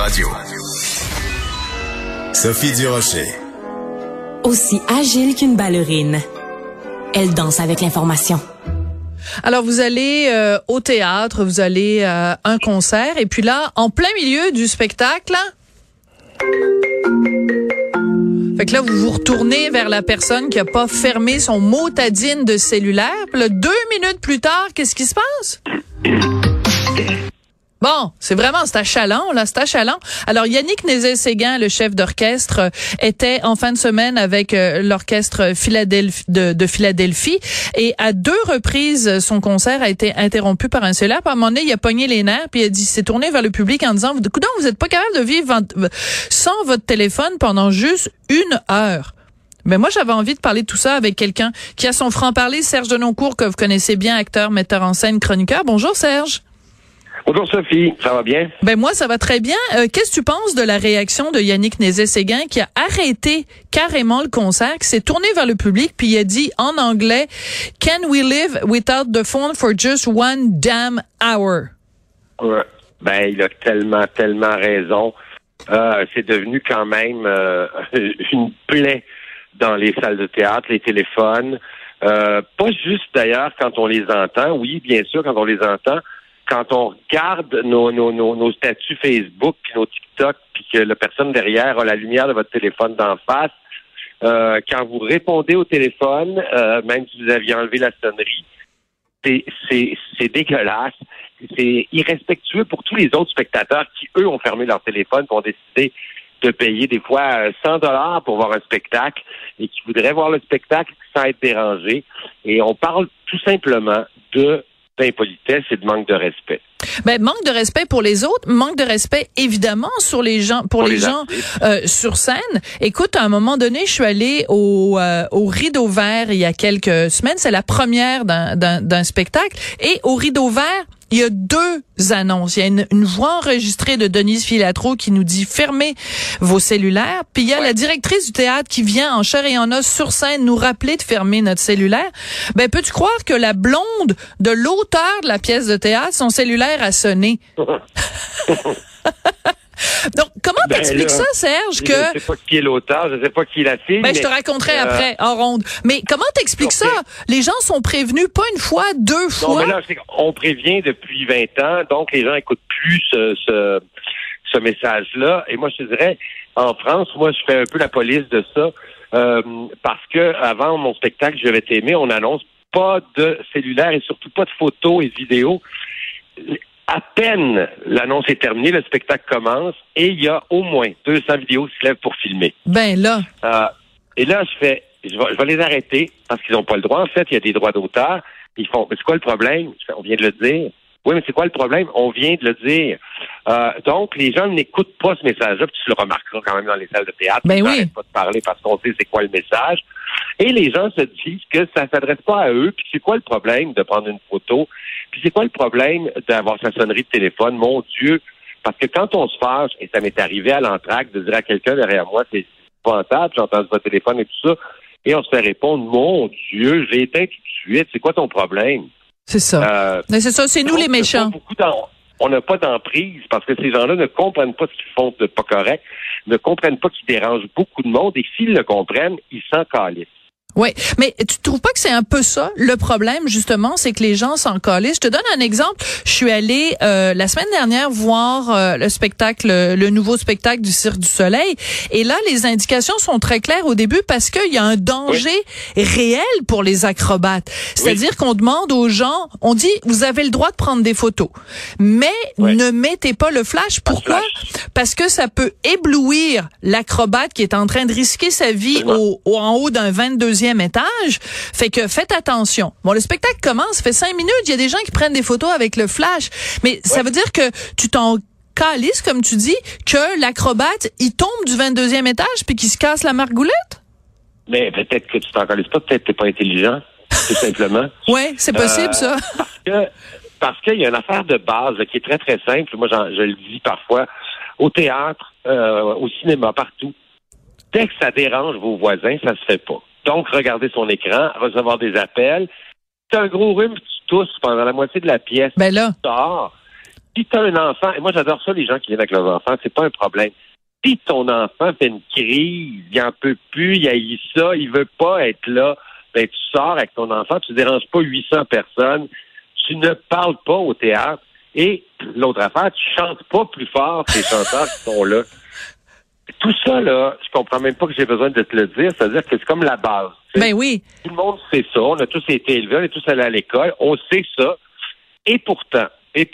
Radio. Sophie Durocher. Aussi agile qu'une ballerine, elle danse avec l'information. Alors, vous allez au théâtre, vous allez à un concert, et puis là, en plein milieu du spectacle, fait que là, vous vous retournez vers la personne qui a pas fermé son motadine de cellulaire. Puis là, 2 minutes plus tard, qu'est-ce qui se passe? Bon, c'est achalant, là, c'est achalant. Alors, Yannick Nézet-Séguin, le chef d'orchestre, était en fin de semaine avec l'orchestre de Philadelphie, et à 2 reprises, son concert a été interrompu par un cellulaire. Puis à un moment donné, il a pogné les nerfs, puis il s'est tourné vers le public en disant, coudonc, vous êtes pas capable de vivre sans votre téléphone pendant juste 1 heure. Mais moi, j'avais envie de parler de tout ça avec quelqu'un qui a son franc-parler, Serge Denoncourt, que vous connaissez bien, acteur, metteur en scène, chroniqueur. Bonjour, Serge. Bonjour Sophie, ça va bien? Ben moi, ça va très bien. Qu'est-ce que tu penses de la réaction de Yannick Nézet-Séguin qui a arrêté carrément le concert, qui s'est tourné vers le public, puis il a dit en anglais « Can we live without the phone for just 1 damn hour? » Ouais. Ben, il a tellement raison. C'est devenu quand même une plaie dans les salles de théâtre, les téléphones. Pas juste d'ailleurs quand on les entend. Oui, bien sûr, quand on les entend. Quand on regarde nos statuts Facebook, puis nos TikTok, puis que la personne derrière a la lumière de votre téléphone d'en face, quand vous répondez au téléphone, même si vous aviez enlevé la sonnerie, c'est dégueulasse. C'est irrespectueux pour tous les autres spectateurs qui, eux, ont fermé leur téléphone, qui ont décidé de payer des fois $100 pour voir un spectacle et qui voudraient voir le spectacle sans être dérangés. Et on parle tout simplement d'impolitesse et de manque de respect. Ben, manque de respect pour les autres, manque de respect évidemment pour les gens sur scène. Écoute, à un moment donné, je suis allée au Rideau Vert il y a quelques semaines. C'est la première d'un spectacle. Et au Rideau Vert, il y a 2 annonces. Il y a une voix enregistrée de Denise Filatro qui nous dit « Fermez vos cellulaires ». Puis il y a la directrice du théâtre qui vient en chair et en os sur scène nous rappeler de fermer notre cellulaire. Ben, peux-tu croire que la blonde de l'auteur de la pièce de théâtre, son cellulaire a sonné? Donc, comment t'expliques ça, Serge, que... Je sais pas qui est l'auteur, je sais pas qui est la fille. Ben, je te raconterai après, en ronde. Mais comment t'expliques ça? Les gens sont prévenus pas 1 fois, 2 fois. Non, mais là, on prévient depuis 20 ans, donc les gens écoutent plus ce message-là. Et moi, je te dirais, en France, moi, je fais un peu la police de ça, parce que avant mon spectacle Je vais t'aimer, on annonce pas de cellulaire et surtout pas de photos et de vidéos. À peine l'annonce est terminée, le spectacle commence et il y a au moins 200 vidéos qui se lèvent pour filmer. Ben là. Et là, je vais les arrêter parce qu'ils n'ont pas le droit. En fait, il y a des droits d'auteur. Ils font, mais c'est quoi le problème? On vient de le dire. Oui, mais c'est quoi le problème? On vient de le dire. Donc, les gens n'écoutent pas ce message-là, puis tu le remarqueras quand même dans les salles de théâtre. Ben ils oui. pas de parler parce qu'on sait c'est quoi le message. Et les gens se disent que ça s'adresse pas à eux, puis c'est quoi le problème de prendre une photo? Puis c'est quoi le problème d'avoir sa sonnerie de téléphone? Mon Dieu! Parce que quand on se fâche, et ça m'est arrivé à l'entracte de dire à quelqu'un derrière moi, c'est épouvantable, j'entends votre téléphone et tout ça, et on se fait répondre, mon Dieu, j'ai éteint tout de suite, c'est quoi ton problème? C'est ça. Mais c'est ça, c'est nous les méchants. On n'a pas d'emprise parce que ces gens-là ne comprennent pas ce qu'ils font de pas correct, ne comprennent pas qu'ils dérangent beaucoup de monde, et s'ils le comprennent, ils s'en calissent. Oui, mais tu trouves pas que c'est un peu ça le problème, justement, c'est que les gens s'en calissent? Je te donne un exemple. Je suis allée la semaine dernière voir le spectacle, le nouveau spectacle du Cirque du Soleil, et là les indications sont très claires au début parce qu'il y a un danger réel pour les acrobates. C'est-à-dire qu'on demande aux gens, on dit vous avez le droit de prendre des photos, mais ne mettez pas le flash. Pourquoi? Parce que ça peut éblouir l'acrobate qui est en train de risquer sa vie en haut d'un 22e étage. Fait que faites attention. Bon, le spectacle commence, ça fait 5 minutes, il y a des gens qui prennent des photos avec le flash. Mais ça veut dire que tu t'en calisses, comme tu dis, que l'acrobate, il tombe du 22e étage puis qu'il se casse la margoulette? Mais peut-être que tu t'en calisses pas, peut-être que t'es pas intelligent, tout simplement. Oui, c'est possible, ça. Parce qu'il y a une affaire de base qui est très, très simple. Moi, je le dis parfois, au théâtre, au cinéma, partout. Dès que ça dérange vos voisins, ça se fait pas. Donc, regarder son écran, recevoir des appels. C'est un gros rhume, tu tousses pendant la moitié de la pièce. Ben là. Tu sors. Si tu as un enfant, et moi j'adore ça, les gens qui viennent avec leurs enfants, c'est pas un problème. Si ton enfant fait une crise, il en peut plus, il haït ça, il veut pas être là, ben tu sors avec ton enfant, tu déranges pas 800 personnes, tu ne parles pas au théâtre, et l'autre affaire, tu chantes pas plus fort que les chanteurs qui sont là. Tout ça, là, je comprends même pas que j'ai besoin de te le dire, c'est-à-dire que c'est comme la base. Ben oui. Tout le monde sait ça, on a tous été élevés, on est tous allés à l'école, on sait ça, et pourtant,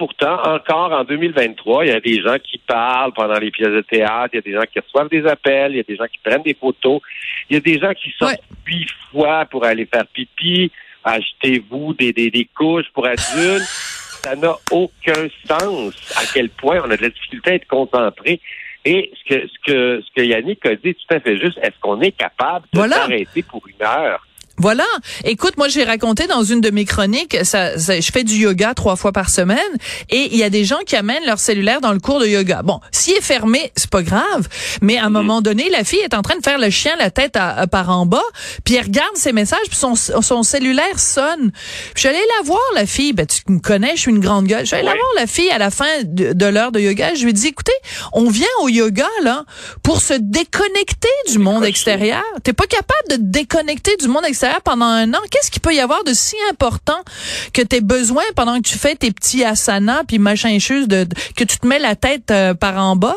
encore en 2023, il y a des gens qui parlent pendant les pièces de théâtre, il y a des gens qui reçoivent des appels, il y a des gens qui prennent des photos, il y a des gens qui sortent 8 fois pour aller faire pipi, achetez-vous des couches pour adultes. Ça n'a aucun sens à quel point on a de la difficulté à être concentré. Et ce que Yannick a dit est tout à fait juste, est-ce qu'on est capable de s'arrêter pour une heure? Voilà. Écoute, moi, j'ai raconté dans une de mes chroniques, je fais du yoga 3 fois par semaine et il y a des gens qui amènent leur cellulaire dans le cours de yoga. Bon, s'il est fermé, c'est pas grave, mais à un moment donné, la fille est en train de faire le chien la tête par en bas, puis elle regarde ses messages, puis son cellulaire sonne. Puis je suis allée la voir, la fille. Ben, tu me connais, je suis une grande gueule. Je suis allée la voir, la fille, à la fin de l'heure de yoga. Je lui ai dit, écoutez, on vient au yoga, là, pour se déconnecter du monde extérieur. T'es pas capable de te déconnecter du monde extérieur pendant un an. Qu'est-ce qu'il peut y avoir de si important que tu aies besoin pendant que tu fais tes petits asanas puis machin chose que tu te mets la tête par en bas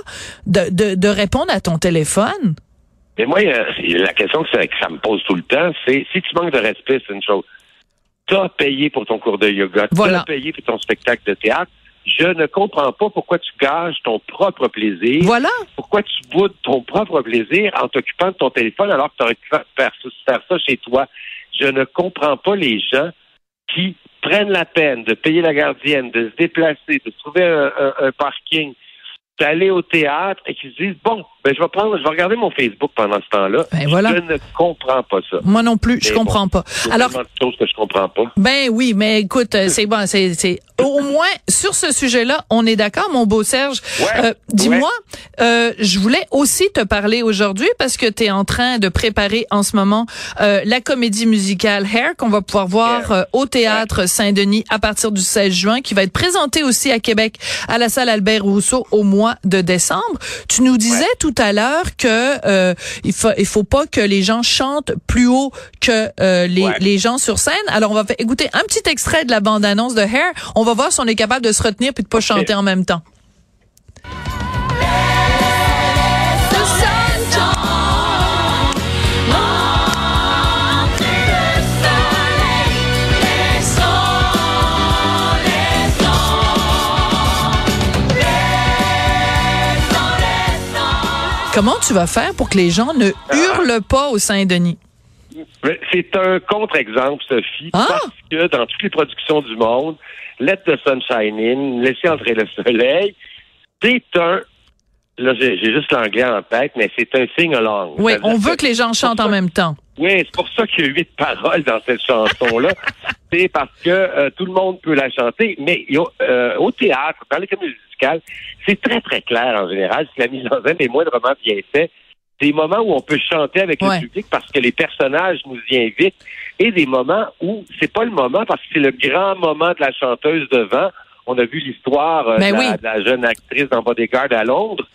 de répondre à ton téléphone? Mais moi, la question que ça me pose tout le temps, c'est si tu manques de respect, c'est une chose. T'as payé pour ton cours de yoga, t'as payé pour ton spectacle de théâtre. Je ne comprends pas pourquoi tu gages ton propre plaisir. Voilà. Pourquoi tu boudes ton propre plaisir en t'occupant de ton téléphone alors que tu aurais pu faire ça chez toi. Je ne comprends pas les gens qui prennent la peine de payer la gardienne, de se déplacer, de trouver un parking, d'aller au théâtre et qui se disent, bon, ben je vais regarder mon Facebook pendant ce temps-là. Ben voilà. Je ne comprends pas ça. Moi non plus, je comprends pas. Alors, c'est une chose que je comprends pas. Ben oui, mais écoute, c'est bon, c'est au moins sur ce sujet-là, on est d'accord, mon beau Serge. Dis-moi, je voulais aussi te parler aujourd'hui parce que tu es en train de préparer en ce moment la comédie musicale Hair qu'on va pouvoir voir au théâtre Saint-Denis à partir du 16 juin, qui va être présentée aussi à Québec à la salle Albert Rousseau au mois de décembre. Tu nous disais tout à l'heure que il faut pas que les gens chantent plus haut que les gens sur scène. Alors on va écouter un petit extrait de la bande-annonce de Hair. On va voir si on est capable de se retenir puis de pas chanter en même temps. Comment tu vas faire pour que les gens ne hurlent pas au Saint-Denis? C'est un contre-exemple, Sophie, parce que dans toutes les productions du monde, Let the Sun Shine In, Laissez entrer le soleil, c'est un... Là, j'ai juste l'anglais en tête, mais c'est un sing-along. Oui, on veut que les gens chantent en même temps. Oui, c'est pour ça qu'il y a 8 paroles dans cette chanson-là. C'est parce que tout le monde peut la chanter, mais au théâtre, dans les comédies musicales, c'est très, très clair en général. Si la mise en scène est moindrement bien faite, des moments où on peut chanter avec le public parce que les personnages nous y invitent, et des moments où c'est pas le moment parce que c'est le grand moment de la chanteuse devant. On a vu l'histoire de la jeune actrice dans Bodyguard à Londres,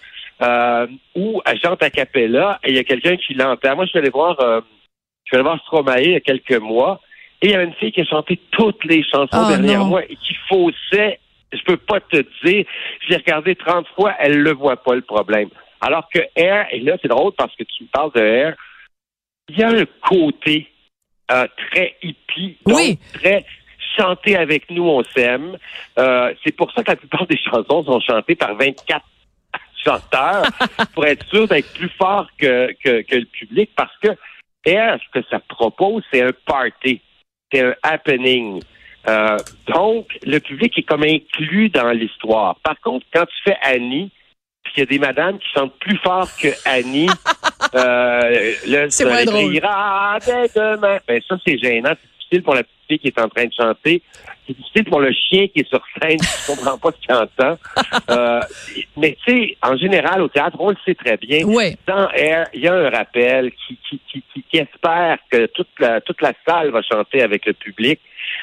où elle chante a cappella et il y a quelqu'un qui l'entend. Moi, je suis allé voir Stromae il y a quelques mois et il y avait une fille qui a chanté toutes les chansons derrière moi et qui faussait. Je peux pas te dire, je l'ai regardé 30 fois, elle le voit pas le problème. Alors que Air, et là c'est drôle parce que tu me parles de Air, il y a un côté très hippie, donc très chanter avec nous, on s'aime. C'est pour ça que la plupart des chansons sont chantées par 24 chanteurs pour être sûr d'être plus fort que le public parce que Air, ce que ça propose, c'est un party, c'est un happening. Donc, le public est comme inclus dans l'histoire. Par contre, quand tu fais Annie, puis qu'il y a des madames qui chantent plus fort que Annie, le soleil ira dès demain. Ben ça, c'est gênant. C'est difficile pour la petite fille qui est en train de chanter. C'est difficile pour le chien qui est sur scène, qui ne comprend pas ce qu'il entend. Mais tu sais, en général, au théâtre, on le sait très bien. Oui. Dans Air, il y a un rappel qui espère que toute la salle va chanter avec le public.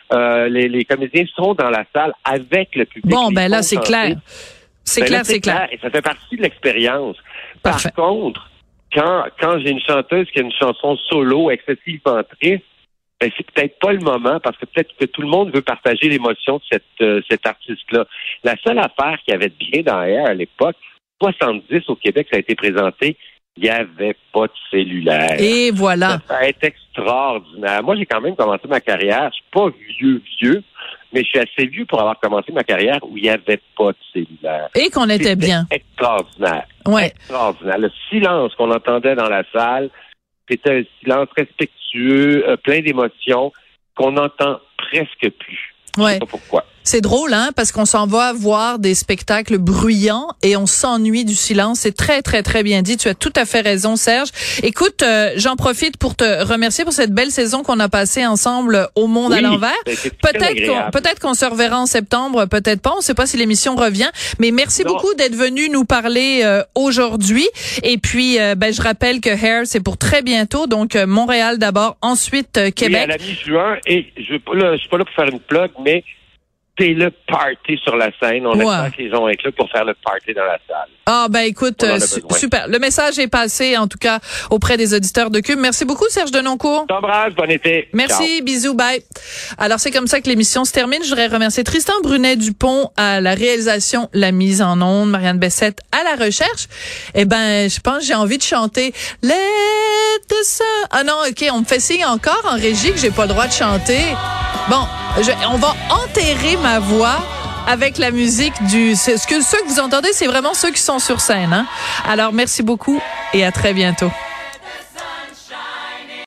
Les comédiens sont dans la salle avec le public. Bon, ben là, c'est clair. C'est clair. Et ça fait partie de l'expérience. Parfait. Par contre, quand j'ai une chanteuse qui a une chanson solo excessivement triste, ben c'est peut-être pas le moment parce que peut-être que tout le monde veut partager l'émotion de cet artiste-là. La seule affaire qu'il y avait de bien dans Air à l'époque, 70 au Québec, ça a été présenté, il n'y avait pas de cellulaire. Et voilà. Ça va être extraordinaire. Moi, j'ai quand même commencé ma carrière, je suis pas vieux, mais je suis assez vieux pour avoir commencé ma carrière où il n'y avait pas de cellulaire. Et qu'on était bien. Extraordinaire. Ouais. Extraordinaire. Le silence qu'on entendait dans la salle, c'était un silence respectueux, plein d'émotions, qu'on n'entend presque plus. Je sais pas pourquoi. C'est drôle, hein, parce qu'on s'en va voir des spectacles bruyants et on s'ennuie du silence. C'est très, très, très bien dit. Tu as tout à fait raison, Serge. Écoute, j'en profite pour te remercier pour cette belle saison qu'on a passée ensemble au Monde à l'envers. Peut-être qu'on se reverra en septembre, peut-être pas. On ne sait pas si l'émission revient. Mais merci beaucoup d'être venu nous parler aujourd'hui. Et puis, je rappelle que Hair, c'est pour très bientôt. Donc, Montréal d'abord, ensuite Québec. Oui, à la mi-juin. Et je suis pas là pour faire une plug, mais c'est le party sur la scène. On espère que les gens vont être là pour faire le party dans la salle. Ah, ben écoute, super. Le message est passé, en tout cas, auprès des auditeurs de Cube. Merci beaucoup, Serge Denoncourt. T'embrasse, bon été. Merci, ciao. Bisous, bye. Alors, c'est comme ça que l'émission se termine. Je voudrais remercier Tristan Brunet-Dupont à la réalisation, la mise en onde, Marianne Bessette à la recherche. Eh ben, je pense que j'ai envie de chanter Let the sun... Ah non, OK, on me fait signe encore en régie que j'ai pas le droit de chanter. Bon, on va enterrer ma voix avec la musique ceux que vous entendez, c'est vraiment ceux qui sont sur scène, hein. Alors, merci beaucoup et à très bientôt.